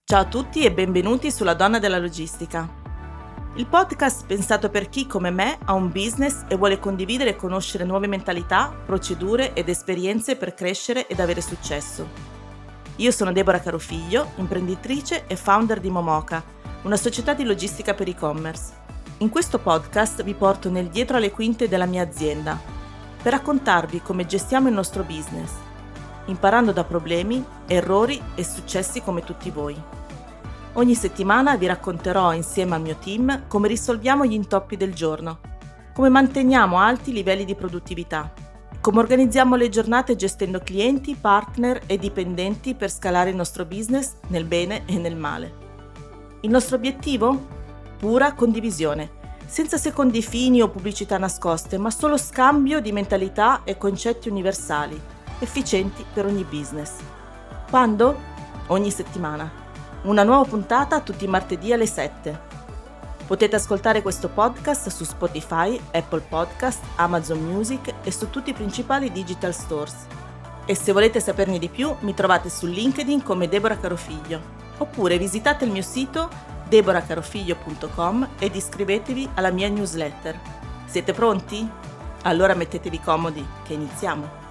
Ciao a tutti e benvenuti sulla Donna della Logistica. Il podcast pensato per chi, come me, ha un business e vuole condividere e conoscere nuove mentalità, procedure ed esperienze per crescere ed avere successo. Io sono Deborah Carofiglio, imprenditrice e founder di Momoka, una società di logistica per e-commerce. In questo podcast vi porto nel dietro alle quinte della mia azienda, per raccontarvi come gestiamo il nostro business, imparando da problemi, errori e successi come tutti voi. Ogni settimana vi racconterò insieme al mio team come risolviamo gli intoppi del giorno, come manteniamo alti i livelli di produttività, come organizziamo le giornate gestendo clienti, partner e dipendenti per scalare il nostro business nel bene e nel male. Il nostro obiettivo? Pura condivisione, senza secondi fini o pubblicità nascoste, ma solo scambio di mentalità e concetti universali, efficienti per ogni business. Quando? Ogni settimana. Una nuova puntata tutti i martedì alle 7. Potete ascoltare questo podcast su Spotify, Apple Podcast, Amazon Music e su tutti i principali digital stores. E se volete saperne di più, mi trovate su LinkedIn come Deborah Carofiglio. Oppure visitate il mio sito deborahcarofiglio.com ed iscrivetevi alla mia newsletter. Siete pronti? Allora mettetevi comodi, che iniziamo!